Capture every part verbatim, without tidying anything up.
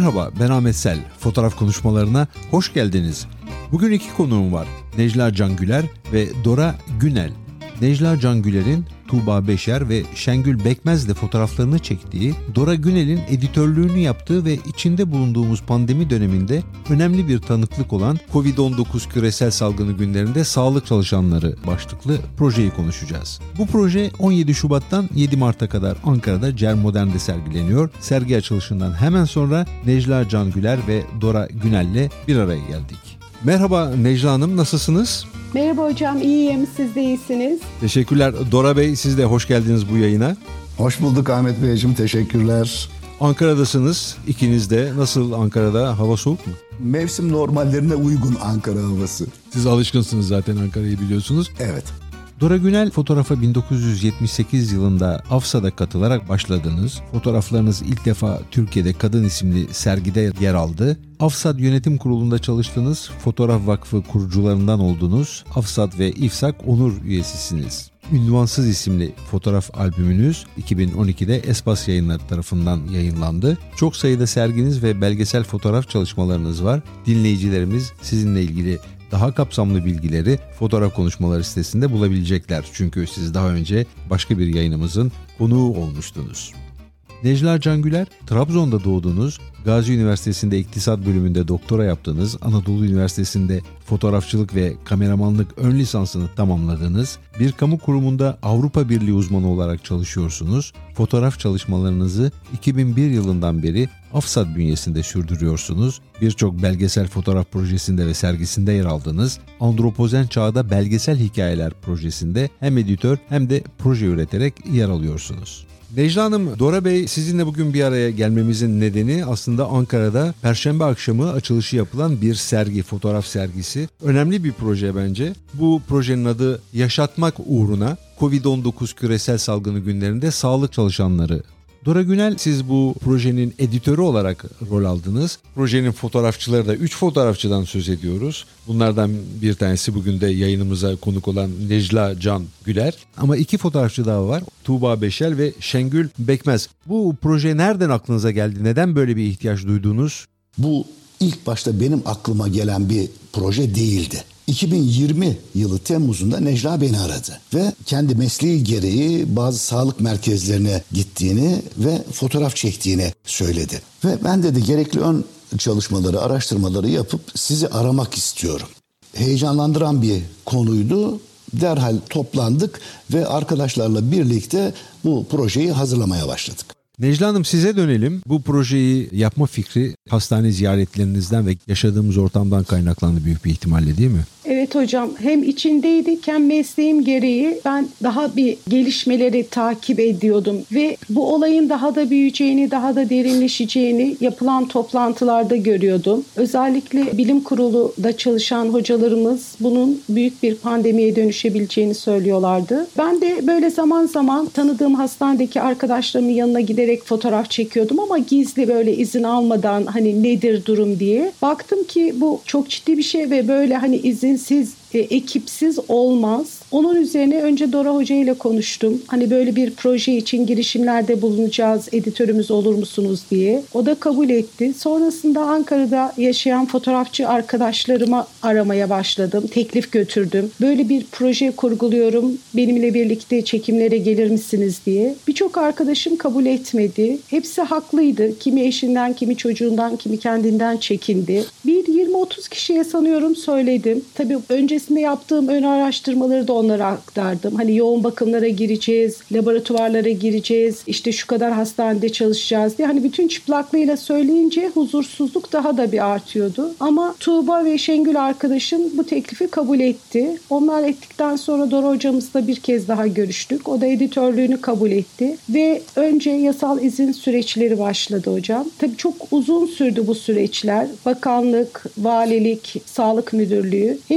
Merhaba, ben Ahmet Sel. Fotoğraf konuşmalarına hoş geldiniz. Bugün iki konuğum var. Necla Can Güler ve Dora Günel. Necla Can Güler'in Tuğba Beşer ve Şengül Bekmez'le fotoğraflarını çektiği, Dora Günel'in editörlüğünü yaptığı ve içinde bulunduğumuz pandemi döneminde önemli bir tanıklık olan kovid on dokuz küresel salgını günlerinde sağlık çalışanları başlıklı projeyi konuşacağız. Bu proje on yedi Şubat'tan yedi Mart'a kadar Ankara'da Cermodern'de sergileniyor. Sergi açılışından hemen sonra Necla Can Güler ve Dora Günel'le bir araya geldik. Merhaba Necla Hanım, nasılsınız? Merhaba hocam, iyiyim. Siz de iyisiniz. Teşekkürler. Dora Bey, siz de hoş geldiniz bu yayına. Hoş bulduk Ahmet Beyciğim, teşekkürler. Ankara'dasınız ikiniz de. Nasıl Ankara'da? Hava soğuk mu? Mevsim normallerine uygun Ankara havası. Siz alışkınsınız zaten, Ankara'yı biliyorsunuz. Evet. Dora Günel, fotoğrafa bin dokuz yüz yetmiş sekiz yılında AFSA'da katılarak başladınız. Fotoğraflarınız ilk defa Türkiye'de Kadın isimli sergide yer aldı. AFSAD Yönetim Kurulu'nda çalıştınız. Fotoğraf Vakfı kurucularından oldunuz. AFSAD ve İFSAK onur üyesisiniz. Ünvansız isimli fotoğraf albümünüz iki bin on ikide Espas Yayınları tarafından yayınlandı. Çok sayıda serginiz ve belgesel fotoğraf çalışmalarınız var. Dinleyicilerimiz sizinle ilgili daha kapsamlı bilgileri Fotoğraf Konuşmaları sitesinde bulabilecekler. Çünkü siz daha önce başka bir yayınımızın konuğu olmuştunuz. Necla Can Güler, Trabzon'da doğdunuz, Gazi Üniversitesi'nde İktisat bölümünde doktora yaptınız, Anadolu Üniversitesi'nde fotoğrafçılık ve kameramanlık ön lisansını tamamladınız, bir kamu kurumunda Avrupa Birliği uzmanı olarak çalışıyorsunuz, fotoğraf çalışmalarınızı iki bin bir yılından beri AFSAD bünyesinde sürdürüyorsunuz, birçok belgesel fotoğraf projesinde ve sergisinde yer aldınız, Andropozen Çağda Belgesel Hikayeler projesinde hem editör hem de proje üreterek yer alıyorsunuz. Necla Hanım, Dora Bey sizinle bugün bir araya gelmemizin nedeni aslında Ankara'da Perşembe akşamı açılışı yapılan bir sergi, fotoğraf sergisi. Önemli bir proje bence. Bu projenin adı Yaşatmak Uğruna kovid on dokuz küresel salgını günlerinde sağlık çalışanları. Dora Günel, siz bu projenin editörü olarak rol aldınız. Projenin fotoğrafçıları da üç fotoğrafçıdan söz ediyoruz. Bunlardan bir tanesi bugün de yayınımıza konuk olan Necla Can Güler. Ama iki fotoğrafçı daha var. Tuğba Beşer ve Şengül Bekmez. Bu proje nereden aklınıza geldi? Neden böyle bir ihtiyaç duydunuz? Bu ilk başta benim aklıma gelen bir proje değildi. iki bin yirmi yılı Temmuz'unda Necla beni aradı ve kendi mesleği gereği bazı sağlık merkezlerine gittiğini ve fotoğraf çektiğini söyledi. Ve ben dedi gerekli ön çalışmaları, araştırmaları yapıp sizi aramak istiyorum. Heyecanlandıran bir konuydu. Derhal toplandık ve arkadaşlarla birlikte bu projeyi hazırlamaya başladık. Necla Hanım, size dönelim. Bu projeyi yapma fikri hastane ziyaretlerinizden ve yaşadığımız ortamdan kaynaklandı büyük bir ihtimalle, değil mi? Evet hocam, hem içindeydik hem mesleğim gereği ben daha bir gelişmeleri takip ediyordum ve bu olayın daha da büyüyeceğini, daha da derinleşeceğini yapılan toplantılarda görüyordum. Özellikle bilim kuruluda çalışan hocalarımız bunun büyük bir pandemiye dönüşebileceğini söylüyorlardı. Ben de böyle zaman zaman tanıdığım hastanedeki arkadaşlarımın yanına giderek fotoğraf çekiyordum ama gizli, böyle izin almadan, hani nedir durum diye. Baktım ki bu çok ciddi bir şey ve böyle hani izin siz e, ekipsiz olmaz. Onun üzerine önce Dora Hoca ile konuştum. Hani böyle bir proje için girişimlerde bulunacağız, editörümüz olur musunuz diye. O da kabul etti. Sonrasında Ankara'da yaşayan fotoğrafçı arkadaşlarıma aramaya başladım. Teklif götürdüm. Böyle bir proje kurguluyorum. Benimle birlikte çekimlere gelir misiniz diye. Birçok arkadaşım kabul etmedi. Hepsi haklıydı. Kimi eşinden, kimi çocuğundan, kimi kendinden çekindi. Bir yirmi otuz kişiye sanıyorum söyledim. Tabii öncesinde yaptığım ön araştırmaları da onlara aktardım. Hani yoğun bakımlara gireceğiz, laboratuvarlara gireceğiz, işte şu kadar hastanede çalışacağız diye. Hani bütün çıplaklığıyla söyleyince huzursuzluk daha da bir artıyordu. Ama Tuğba ve Şengül arkadaşım bu teklifi kabul etti. Onlar ettikten sonra Dora hocamızla bir kez daha görüştük. O da editörlüğünü kabul etti. Ve önce yasal izin süreçleri başladı hocam. Tabii çok uzun sürdü bu süreçler. Bakanlık, valilik, sağlık müdürlüğü hepsinin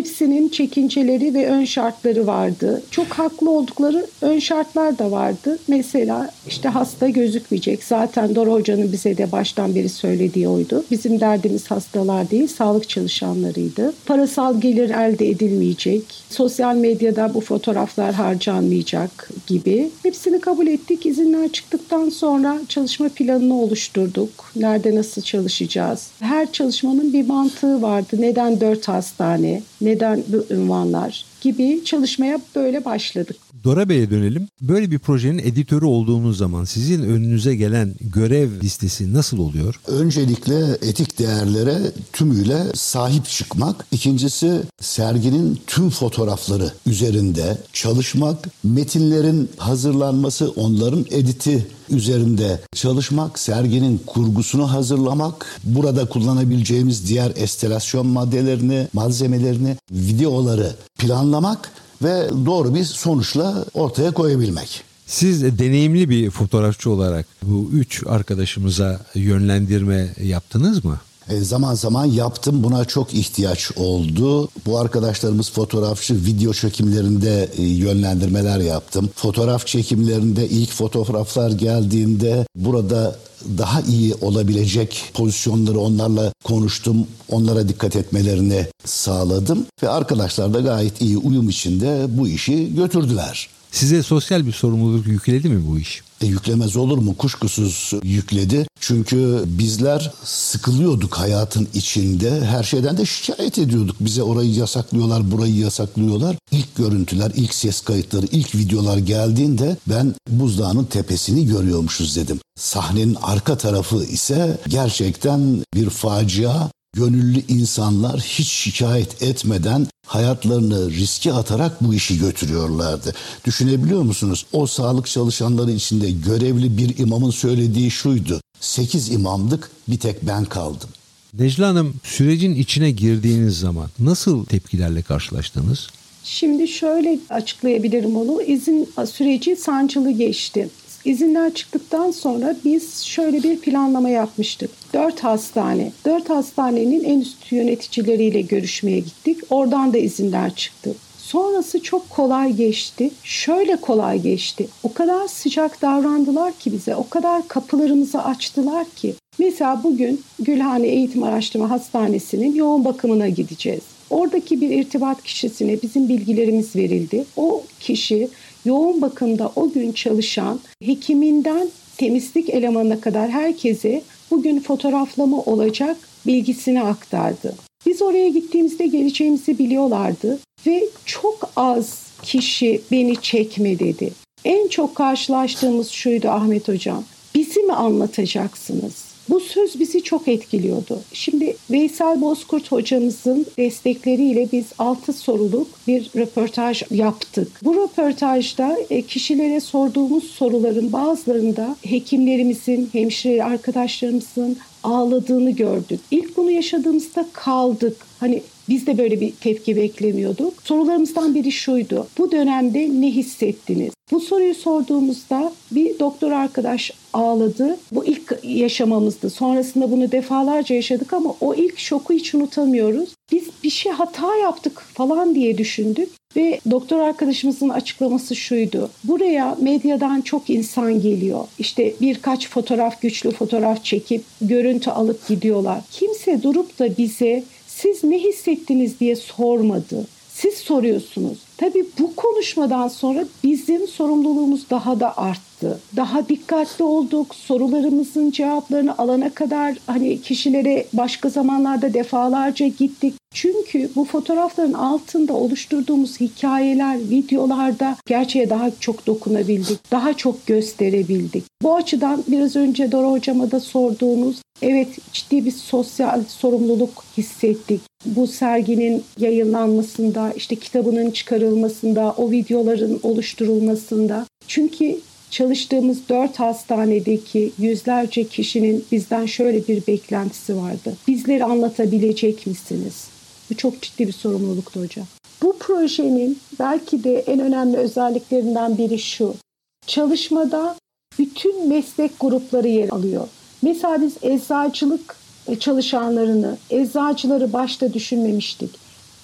çekinceleri ve ön şartları vardı. Çok haklı oldukları ön şartlar da vardı. Mesela işte hasta gözükmeyecek. Zaten Dora Hoca'nın bize de baştan beri söylediği oydu. Bizim derdimiz hastalar değil, sağlık çalışanlarıydı. Parasal gelir elde edilmeyecek. Sosyal medyada bu fotoğraflar harcanmayacak gibi. Hepsini kabul ettik. İzinler çıktıktan sonra çalışma planını oluşturduk. Nerede nasıl çalışacağız? Her çalışmanın bir mantığı vardı. Neden dört hastane? Neden bu ünvanlar? Gibi çalışmaya böyle başladık. Dora Bey'e dönelim. Böyle bir projenin editörü olduğunuz zaman sizin önünüze gelen görev listesi nasıl oluyor? Öncelikle etik değerlere tümüyle sahip çıkmak. İkincisi serginin tüm fotoğrafları üzerinde çalışmak. Metinlerin hazırlanması, onların editi üzerinde çalışmak, serginin kurgusunu hazırlamak, burada kullanabileceğimiz diğer enstalasyon maddelerini, malzemelerini, videoları planlamak ve doğru bir sonuçla ortaya koyabilmek. Siz deneyimli bir fotoğrafçı olarak bu üç arkadaşımıza yönlendirme yaptınız mı? E, zaman zaman yaptım. Buna çok ihtiyaç oldu. Bu arkadaşlarımız fotoğrafçı, video çekimlerinde e, yönlendirmeler yaptım. Fotoğraf çekimlerinde ilk fotoğraflar geldiğinde burada daha iyi olabilecek pozisyonları onlarla konuştum. Onlara dikkat etmelerini sağladım. Ve arkadaşlar da gayet iyi uyum içinde bu işi götürdüler. Size sosyal bir sorumluluk yükledi mi bu iş? E, yüklemez olur mu? Kuşkusuz yükledi. Çünkü bizler sıkılıyorduk hayatın içinde. Her şeyden de şikayet ediyorduk. Bize orayı yasaklıyorlar, burayı yasaklıyorlar. İlk görüntüler, ilk ses kayıtları, ilk videolar geldiğinde ben buzdağının tepesini görüyormuşuz dedim. Sahnenin arka tarafı ise gerçekten bir facia. Gönüllü insanlar hiç şikayet etmeden hayatlarını riske atarak bu işi götürüyorlardı. Düşünebiliyor musunuz? O sağlık çalışanları içinde görevli bir imamın söylediği şuydu. Sekiz imamdık, bir tek ben kaldım. Necla Hanım, sürecin içine girdiğiniz zaman nasıl tepkilerle karşılaştınız? Şimdi şöyle açıklayabilirim onu. İzin süreci sancılı geçti. İzinler çıktıktan sonra biz şöyle bir planlama yapmıştık. Dört hastane, dört hastanenin en üst yöneticileriyle görüşmeye gittik. Oradan da izinler çıktı. Sonrası çok kolay geçti. Şöyle kolay geçti. O kadar sıcak davrandılar ki bize, o kadar kapılarımızı açtılar ki. Mesela bugün Gülhane Eğitim Araştırma Hastanesi'nin yoğun bakımına gideceğiz. Oradaki bir irtibat kişisine bizim bilgilerimiz verildi. O kişi yoğun bakımda o gün çalışan hekiminden temizlik elemanına kadar herkese bugün fotoğraflama olacak bilgisini aktardı. Biz oraya gittiğimizde geleceğimizi biliyorlardı ve çok az kişi beni çekme dedi. En çok karşılaştığımız şuydu Ahmet Hocam. Bizi mi anlatacaksınız? Bu söz bizi çok etkiliyordu. Şimdi Veysel Bozkurt hocamızın destekleriyle biz altı soruluk bir röportaj yaptık. Bu röportajda kişilere sorduğumuz soruların bazılarında hekimlerimizin, hemşire arkadaşlarımızın ağladığını gördük. İlk bunu yaşadığımızda kaldık. Hani biz de böyle bir tepki beklemiyorduk. Sorularımızdan biri şuydu. Bu dönemde ne hissettiniz? Bu soruyu sorduğumuzda bir doktor arkadaş ağladı. Bu ilk yaşamamızdı. Sonrasında bunu defalarca yaşadık ama o ilk şoku hiç unutamıyoruz. Biz bir şey hata yaptık falan diye düşündük. Ve doktor arkadaşımızın açıklaması şuydu. Buraya medyadan çok insan geliyor. İşte birkaç fotoğraf, güçlü fotoğraf çekip görüntü alıp gidiyorlar. Kimse durup da bize siz ne hissettiniz diye sormadı. Siz soruyorsunuz. Tabii bu konuşmadan sonra bizim sorumluluğumuz daha da arttı. Daha dikkatli olduk. Sorularımızın cevaplarını alana kadar hani kişilere başka zamanlarda defalarca gittik. Çünkü bu fotoğrafların altında oluşturduğumuz hikayeler, videolarda gerçeğe daha çok dokunabildik. Daha çok gösterebildik. Bu açıdan biraz önce Dora Hocam'a da sorduğunuz, evet ciddi bir sosyal sorumluluk hissettik. Bu serginin yayınlanmasında, işte kitabının çıkarılmasında, o videoların oluşturulmasında. Çünkü çalıştığımız dört hastanedeki yüzlerce kişinin bizden şöyle bir beklentisi vardı. Bizleri anlatabilecek misiniz? Bu çok ciddi bir sorumluluktu hocam. Bu projenin belki de en önemli özelliklerinden biri şu. Çalışmada bütün meslek grupları yer alıyor. Mesela biz eczacılık çalışanlarını, eczacıları başta düşünmemiştik.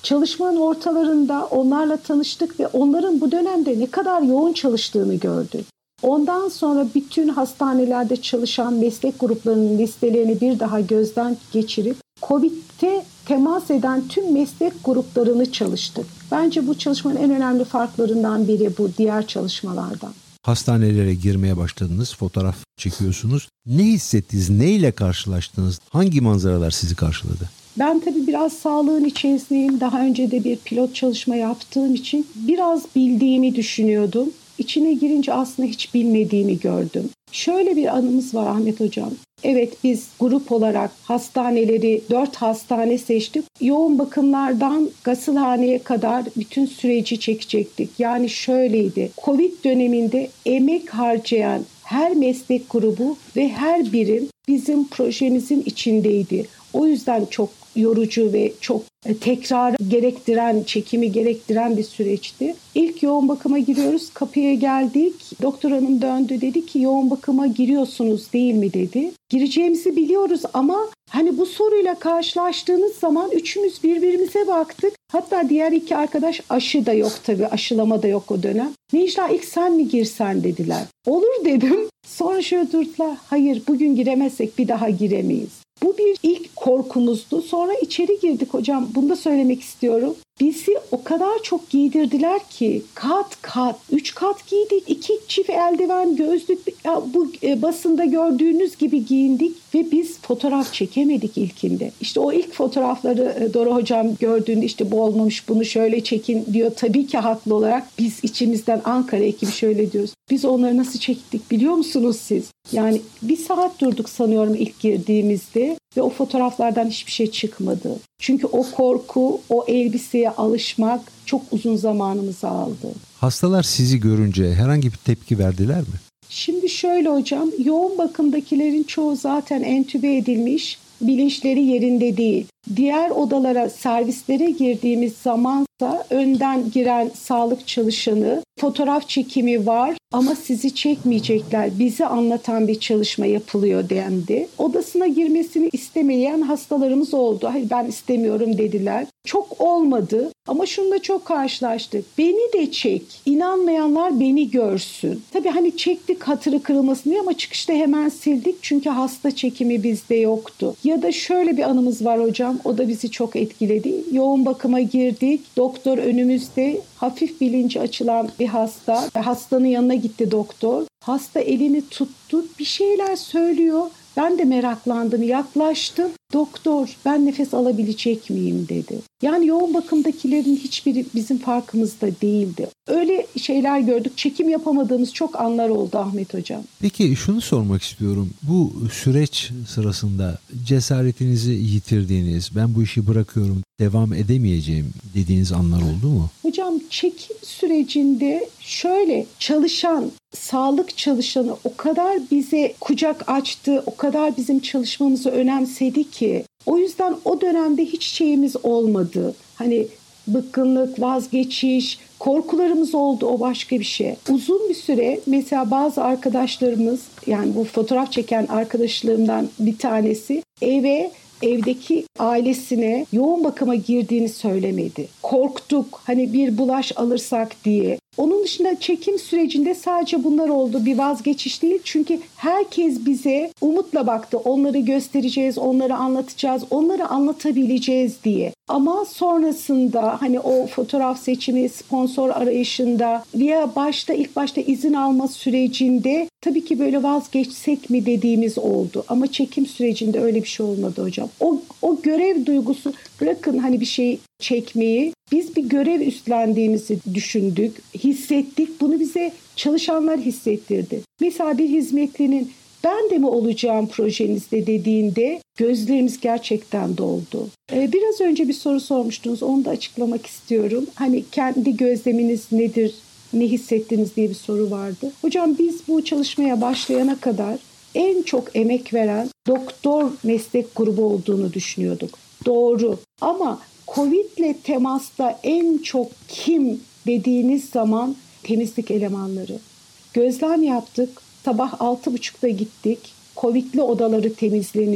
Çalışmanın ortalarında onlarla tanıştık ve onların bu dönemde ne kadar yoğun çalıştığını gördük. Ondan sonra bütün hastanelerde çalışan meslek gruplarının listelerini bir daha gözden geçirip Covid'te temas eden tüm meslek gruplarını çalıştık. Bence bu çalışmanın en önemli farklarından biri bu diğer çalışmalardan. Hastanelere girmeye başladınız, fotoğraf çekiyorsunuz. Ne hissettiniz, neyle karşılaştınız, hangi manzaralar sizi karşıladı? Ben tabii biraz sağlığın içerisindeyim. Daha önce de bir pilot çalışma yaptığım için biraz bildiğimi düşünüyordum. İçine girince aslında hiç bilmediğimi gördüm. Şöyle bir anımız var Ahmet Hocam. Evet, biz grup olarak hastaneleri, dört hastane seçtik. Yoğun bakımlardan gasılhaneye kadar bütün süreci çekecektik. Yani şöyleydi. Covid döneminde emek harcayan her meslek grubu ve her birim bizim projemizin içindeydi. O yüzden çok yorucu ve çok tekrar gerektiren, çekimi gerektiren bir süreçti. İlk yoğun bakıma giriyoruz. Kapıya geldik. Doktor hanım döndü, dedi ki yoğun bakıma giriyorsunuz değil mi dedi. Gireceğimizi biliyoruz ama hani bu soruyla karşılaştığınız zaman üçümüz birbirimize baktık. Hatta diğer iki arkadaş, aşı da yok tabii, aşılama da yok o dönem. Necla ilk sen mi girsen dediler. Olur dedim. Sonra şöyle durdular. Hayır, bugün giremezsek bir daha giremeyiz. Bu bir ilk korkumuzdu. Sonra içeri girdik hocam. Bunu da söylemek istiyorum. Bizi o kadar çok giydirdiler ki kat kat, üç kat giydik, iki çift eldiven, gözlük, ya bu e, basında gördüğünüz gibi giyindik ve biz fotoğraf çekemedik ilkinde. İşte o ilk fotoğrafları e, Dora hocam gördüğünde işte bu olmamış, bunu şöyle çekin diyor. Tabii ki haklı olarak biz içimizden Ankara ekibi şöyle diyoruz. Biz onları nasıl çektik biliyor musunuz siz? Yani bir saat durduk sanıyorum ilk girdiğimizde ve o fotoğraflardan hiçbir şey çıkmadı. Çünkü o korku, o elbiseye alışmak çok uzun zamanımızı aldı. Hastalar sizi görünce herhangi bir tepki verdiler mi? Şimdi şöyle hocam, yoğun bakımdakilerin çoğu zaten entübe edilmiş, bilinçleri yerinde değil. Diğer odalara, servislere girdiğimiz zamansa önden giren sağlık çalışanı, fotoğraf çekimi var ama sizi çekmeyecekler, bizi anlatan bir çalışma yapılıyor dendi. Odasına girmesini istemeyen hastalarımız oldu. Hayır, ben istemiyorum dediler. Çok olmadı ama şununla çok karşılaştık. Beni de çek, İnanmayanlar beni görsün. Tabii hani çektik hatırı kırılmasın diye ama çıkışta hemen sildik çünkü hasta çekimi bizde yoktu. Ya da şöyle bir anımız var hocam. O da bizi çok etkiledi. Yoğun bakıma girdik. Doktor önümüzde, hafif bilinci açılan bir hasta. Hastanın yanına gitti doktor. Hasta elini tuttu. Bir şeyler söylüyor. Ben de meraklandım, yaklaştım. Doktor, ben nefes alabilecek miyim dedi. Yani yoğun bakımdakilerin hiçbiri bizim farkımızda değildi. Öyle şeyler gördük. Çekim yapamadığımız çok anlar oldu Ahmet Hocam. Peki şunu sormak istiyorum. Bu süreç sırasında cesaretinizi yitirdiğiniz, ben bu işi bırakıyorum, devam edemeyeceğim dediğiniz anlar oldu mu? Hocam çekim sürecinde şöyle, çalışan, sağlık çalışanı o kadar bize kucak açtı, o kadar bizim çalışmamızı önemsedi ki. O yüzden o dönemde hiç şeyimiz olmadı. Hani bıkkınlık, vazgeçiş, korkularımız oldu, o başka bir şey. Uzun bir süre mesela bazı arkadaşlarımız, yani bu fotoğraf çeken arkadaşlarımdan bir tanesi eve, evdeki ailesine yoğun bakıma girdiğini söylemedi. Korktuk hani bir bulaş alırsak diye. Onun dışında çekim sürecinde sadece bunlar oldu. Bir vazgeçiş değil. Çünkü herkes bize umutla baktı. Onları göstereceğiz, onları anlatacağız, onları anlatabileceğiz diye. Ama sonrasında hani o fotoğraf seçimi, sponsor arayışında veya başta ilk başta izin alma sürecinde tabii ki böyle vazgeçsek mi dediğimiz oldu. Ama çekim sürecinde öyle bir şey olmadı hocam. O, o görev duygusu, bırakın hani bir şey çekmeyi, biz bir görev üstlendiğimizi düşündük, hissettik. Bunu bize çalışanlar hissettirdi. Mesela bir hizmetlinin ben de mi olacağım projenizde dediğinde gözlerimiz gerçekten doldu. Ee, biraz önce bir soru sormuştunuz, onu da açıklamak istiyorum. Hani kendi gözleminiz nedir, ne hissettiniz diye bir soru vardı. Hocam biz bu çalışmaya başlayana kadar en çok emek veren doktor meslek grubu olduğunu düşünüyorduk. Doğru ama Covid'le temasta en çok kim dediğiniz zaman temizlik elemanları. Gözlem yaptık. Sabah altı buçukta gittik. Covid'li odaları temizleniyor.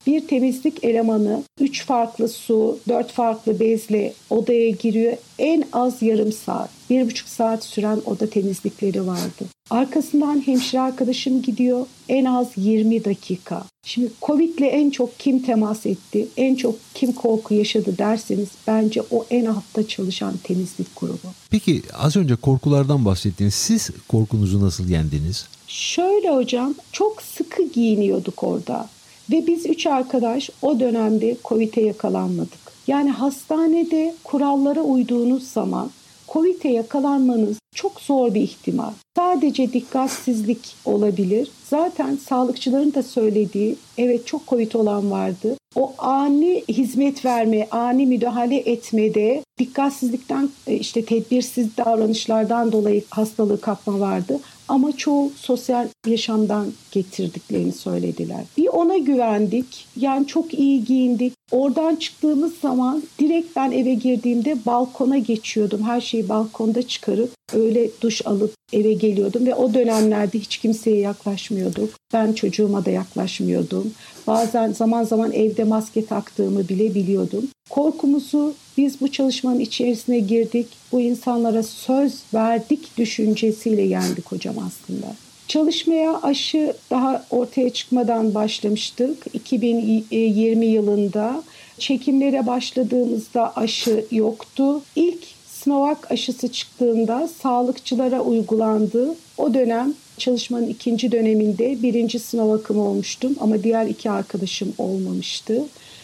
Bir temizlik elemanı üç farklı su, dört farklı bezle odaya giriyor. En az yarım saat, bir buçuk saat süren oda temizlikleri vardı. Arkasından hemşire arkadaşım gidiyor, en az yirmi dakika. Şimdi Covid'le en çok kim temas etti, en çok kim korku yaşadı derseniz bence o en altta çalışan temizlik grubu. Peki az önce korkulardan bahsettiniz. Siz korkunuzu nasıl yendiniz? Şöyle hocam, çok sıkı giyiniyorduk orada. Ve biz üç arkadaş o dönemde Covid'e yakalanmadık. Yani hastanede kurallara uyduğunuz zaman Covid'e yakalanmanız çok zor bir ihtimal. Sadece dikkatsizlik olabilir. Zaten sağlıkçıların da söylediği, evet çok Covid olan vardı. O ani hizmet verme, ani müdahale etmede dikkatsizlikten, işte tedbirsiz davranışlardan dolayı hastalığı kapma vardı. Ama çoğu sosyal yaşamdan getirdiklerini söylediler. Bir ona güvendik. Yani çok iyi giyindik. Oradan çıktığımız zaman direkt ben eve girdiğimde balkona geçiyordum. Her şeyi balkonda çıkarıp öyle duş alıp eve geliyordum. Ve o dönemlerde hiç kimseye yaklaşmıyorduk. Ben çocuğuma da yaklaşmıyordum. Bazen zaman zaman evde maske taktığımı bile biliyordum. Korkumuzu biz bu çalışmanın içerisine girdik. Bu insanlara söz verdik düşüncesiyle yendik hocam aslında. Çalışmaya aşı daha ortaya çıkmadan başlamıştık. iki bin yirmi yılında çekimlere başladığımızda aşı yoktu. İlk Sinovac aşısı çıktığında sağlıkçılara uygulandı. O dönem çalışmanın ikinci döneminde birinci Sinovac'ım olmuştum ama diğer iki arkadaşım olmamıştı.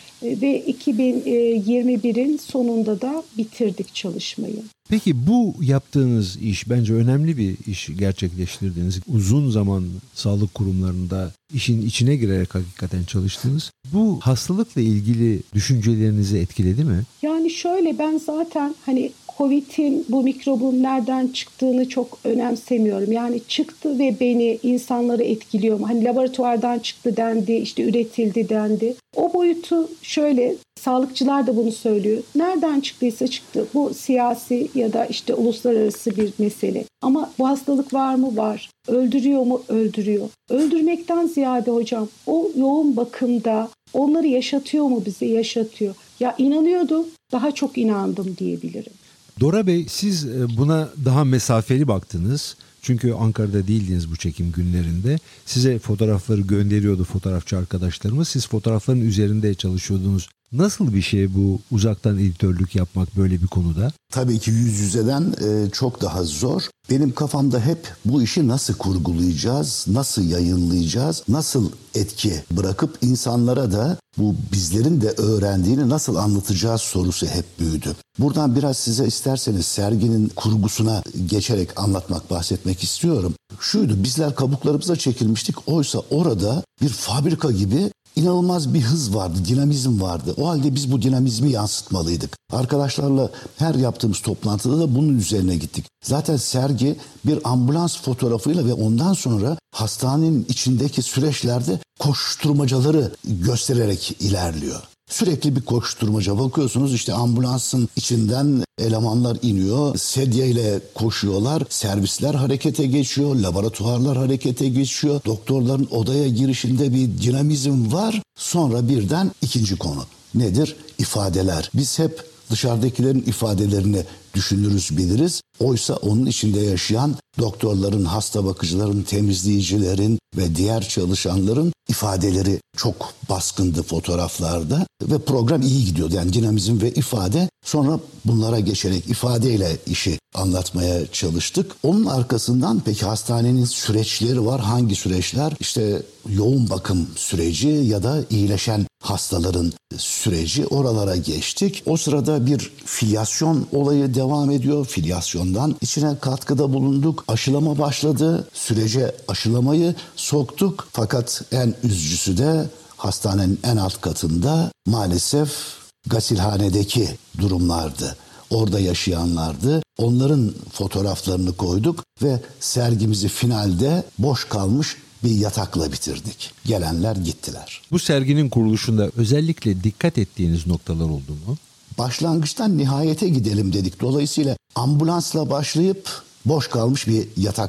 Ve iki bin yirmi birin sonunda da bitirdik çalışmayı. Peki bu yaptığınız iş bence önemli bir iş gerçekleştirdiğiniz, uzun zaman sağlık kurumlarında işin içine girerek hakikaten çalıştınız. Bu hastalıkla ilgili düşüncelerinizi etkiledi mi? Yani şöyle, ben zaten hani Covid'in, bu mikrobun nereden çıktığını çok önemsemiyorum. Yani çıktı ve beni, insanları etkiliyor mu? Hani laboratuvardan çıktı dendi, işte üretildi dendi. O boyutu şöyle, sağlıkçılar da bunu söylüyor. Nereden çıktıysa çıktı. Bu siyasi ya da işte uluslararası bir mesele. Ama bu hastalık var mı? Var. Öldürüyor mu? Öldürüyor. Öldürmekten ziyade hocam, o yoğun bakımda onları yaşatıyor mu bize? Yaşatıyor. Ya inanıyordum, daha çok inandım diyebilirim. Dora Bey, siz buna daha mesafeli baktınız. Çünkü Ankara'da değildiniz bu çekim günlerinde. Size fotoğrafları gönderiyordu fotoğrafçı arkadaşlarımız. Siz fotoğrafların üzerinde çalışıyordunuz. Nasıl bir şey bu, uzaktan editörlük yapmak böyle bir konuda? Tabii ki yüz yüzeden e, çok daha zor. Benim kafamda hep bu işi nasıl kurgulayacağız, nasıl yayınlayacağız, nasıl etki bırakıp insanlara da bu bizlerin de öğrendiğini nasıl anlatacağız sorusu hep büyüdü. Buradan biraz size isterseniz serginin kurgusuna geçerek anlatmak, bahsetmek istiyorum. Şuydu, bizler kabuklarımıza çekilmiştik. Oysa orada bir fabrika gibi İnanılmaz bir hız vardı, dinamizm vardı. O halde biz bu dinamizmi yansıtmalıydık. Arkadaşlarla her yaptığımız toplantıda da bunun üzerine gittik. Zaten sergi bir ambulans fotoğrafıyla ve ondan sonra hastanenin içindeki süreçlerde koşturmacaları göstererek ilerliyor. Sürekli bir koşturmaca, bakıyorsunuz işte ambulansın içinden elemanlar iniyor, sedyeyle koşuyorlar, servisler harekete geçiyor, laboratuvarlar harekete geçiyor, doktorların odaya girişinde bir dinamizm var. Sonra birden ikinci konu nedir? İfadeler. Biz hep dışarıdakilerin ifadelerini düşünürüz, biliriz. Oysa onun içinde yaşayan doktorların, hasta bakıcıların, temizleyicilerin ve diğer çalışanların ifadeleri çok baskındı fotoğraflarda ve program iyi gidiyordu. Yani dinamizm ve ifade, sonra bunlara geçerek ifadeyle işi anlatmaya çalıştık. Onun arkasından peki hastanenin süreçleri var. Hangi süreçler? İşte yoğun bakım süreci ya da iyileşen hastaların süreci, oralara geçtik. O sırada bir filyasyon olayı devam ediyor. Filyasyondan içine katkıda bulunduk. Aşılama başladı. Sürece aşılamayı soktuk. Fakat en üzücüsü de hastanenin en alt katında maalesef gasilhanedeki durumlardı. Orada yaşayanlardı. Onların fotoğraflarını koyduk ve sergimizi finalde boş kalmış bir yatakla bitirdik. Gelenler gittiler. Bu serginin kuruluşunda özellikle dikkat ettiğiniz noktalar oldu mu? Başlangıçtan nihayete gidelim dedik. Dolayısıyla ambulansla başlayıp boş kalmış bir yatakla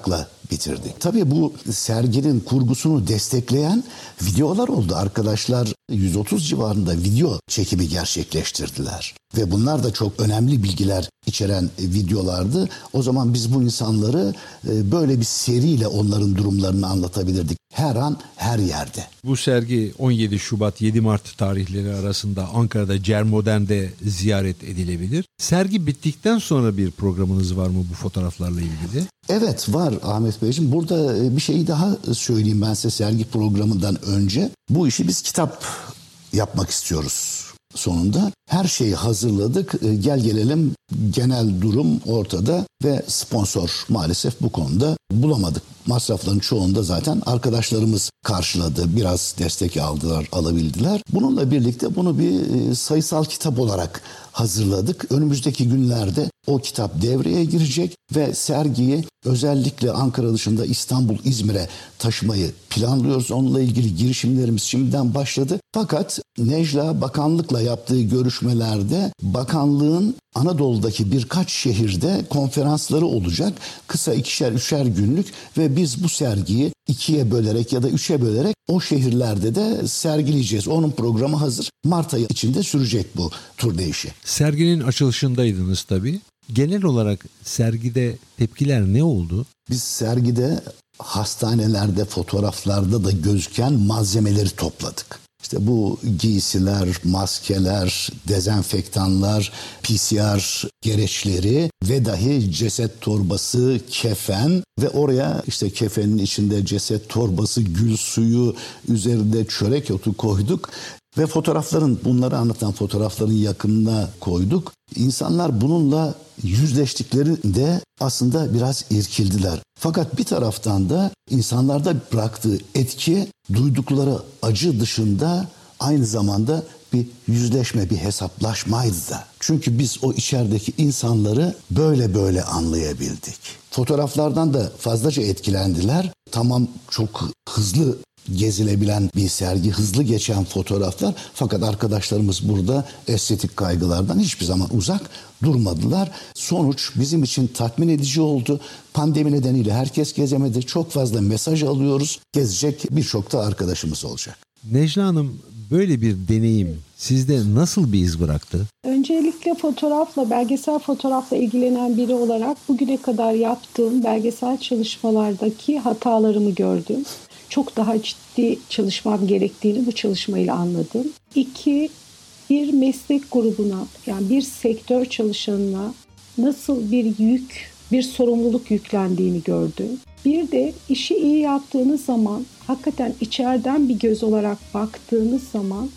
bitirdik. Tabii bu serginin kurgusunu destekleyen videolar oldu. Arkadaşlar yüz otuz civarında video çekimi gerçekleştirdiler. Ve bunlar da çok önemli bilgiler içeren videolardı. O zaman biz bu insanları böyle bir seriyle onların durumlarını anlatabilirdik. Her an, her yerde. Bu sergi on yedi Şubat yedi Mart tarihleri arasında Ankara'da Cermodern'de ziyaret edilebilir. Sergi bittikten sonra bir programınız var mı bu fotoğraflarla ilgili? Evet, var Ahmet Beyciğim. Burada bir şey daha söyleyeyim ben size sergi programından önce. Bu işi biz kitap yapmak istiyoruz. Sonunda her şeyi hazırladık. Gel gelelim genel durum ortada ve sponsor maalesef bu konuda bulamadık. Masrafların çoğunu da zaten arkadaşlarımız karşıladı. Biraz destek aldılar, alabildiler. Bununla birlikte bunu bir sayısal kitap olarak hazırladık. Önümüzdeki günlerde o kitap devreye girecek ve sergiyi özellikle Ankara dışında İstanbul, İzmir'e taşımayı planlıyoruz. Onunla ilgili girişimlerimiz şimdiden başladı. Fakat Necla Bakanlık'la yaptığı görüşmelerde bakanlığın Anadolu'daki birkaç şehirde konferansları olacak. Kısa ikişer, üçer günlük ve biz bu sergiyi ikiye bölerek ya da üçe bölerek o şehirlerde de sergileyeceğiz. Onun programı hazır. Mart ayı içinde sürecek bu turne işi. Serginin açılışındaydınız tabii. Genel olarak sergide tepkiler ne oldu? Biz sergide hastanelerde, fotoğraflarda da gözüken malzemeleri topladık. İşte bu giysiler, maskeler, dezenfektanlar, P C R gereçleri ve dahi ceset torbası, kefen ve oraya işte kefenin içinde ceset torbası, gül suyu, üzerinde çörek otu koyduk. Ve fotoğrafların, bunları anlatan fotoğrafların yakınına koyduk. İnsanlar bununla yüzleştiklerinde aslında biraz irkildiler. Fakat bir taraftan da insanlarda bıraktığı etki, duydukları acı dışında aynı zamanda bir yüzleşme, bir hesaplaşmaydı da. Çünkü biz o içerideki insanları böyle böyle anlayabildik. Fotoğraflardan da fazlaca etkilendiler. Tamam, çok hızlı gezilebilen bir sergi, hızlı geçen fotoğraflar. Fakat arkadaşlarımız burada estetik kaygılardan hiçbir zaman uzak durmadılar. Sonuç bizim için tatmin edici oldu. Pandemi nedeniyle herkes gezemedi. Çok fazla mesaj alıyoruz. Gezecek birçok da arkadaşımız olacak. Necla Hanım, böyle bir deneyim sizde nasıl bir iz bıraktı? Öncelikle fotoğrafla, belgesel fotoğrafla ilgilenen biri olarak bugüne kadar yaptığım belgesel çalışmalardaki hatalarımı gördüm. Çok daha ciddi çalışmam gerektiğini bu çalışmayla anladım. İki, bir meslek grubuna, yani bir sektör çalışanına nasıl bir yük, bir sorumluluk yüklendiğini gördüm. Bir de işi iyi yaptığınız zaman, hakikaten içeriden bir göz olarak baktığınız zaman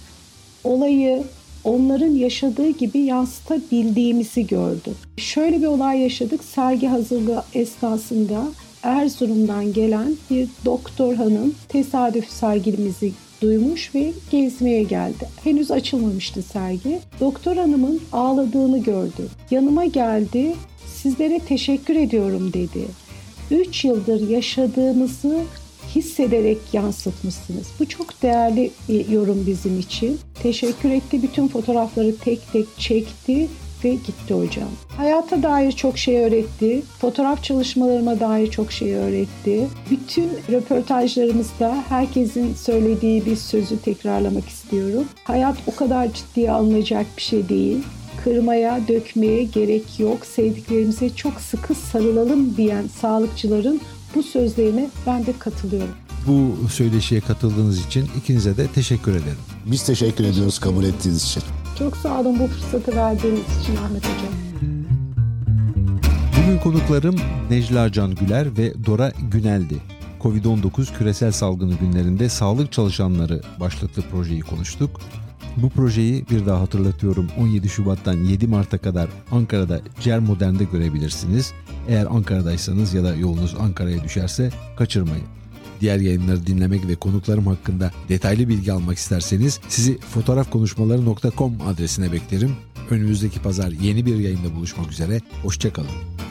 olayı onların yaşadığı gibi yansıtabildiğimizi gördüm. Şöyle bir olay yaşadık. Sergi hazırlığı esnasında Erzurum'dan gelen bir doktor hanım tesadüf sergimizi duymuş ve gezmeye geldi. Henüz açılmamıştı sergi. Doktor hanımın ağladığını gördü. Yanıma geldi, sizlere teşekkür ediyorum dedi. Üç yıldır yaşadığınızı hissederek yansıtmışsınız. Bu çok değerli bir yorum bizim için. Teşekkür etti, bütün fotoğrafları tek tek çekti ve gitti hocam. Hayata dair çok şey öğretti. Fotoğraf çalışmalarıma dair çok şey öğretti. Bütün röportajlarımızda herkesin söylediği bir sözü tekrarlamak istiyorum. Hayat o kadar ciddiye alınacak bir şey değil. Kırmaya, dökmeye gerek yok. Sevdiklerimize çok sıkı sarılalım diyen sağlıkçıların bu sözlerine ben de katılıyorum. Bu söyleşiye katıldığınız için ikinize de teşekkür ederim. Biz teşekkür ediyoruz kabul ettiğiniz için. Çok sağ olun bu fırsatı verdiğiniz için Ahmet Hocam. Bugün konuklarım Necla Can Güler ve Dora Günel'di. kovid on dokuz küresel salgını günlerinde sağlık çalışanları başlattığı projeyi konuştuk. Bu projeyi bir daha hatırlatıyorum, on yedi Şubat'tan yedi Mart'a kadar Ankara'da Cermodern'de görebilirsiniz. Eğer Ankara'daysanız ya da yolunuz Ankara'ya düşerse kaçırmayın. Diğer yayınları dinlemek ve konuklarım hakkında detaylı bilgi almak isterseniz sizi fotoğrafkonuşmaları nokta com adresine beklerim. Önümüzdeki pazar yeni bir yayında buluşmak üzere. Hoşça kalın.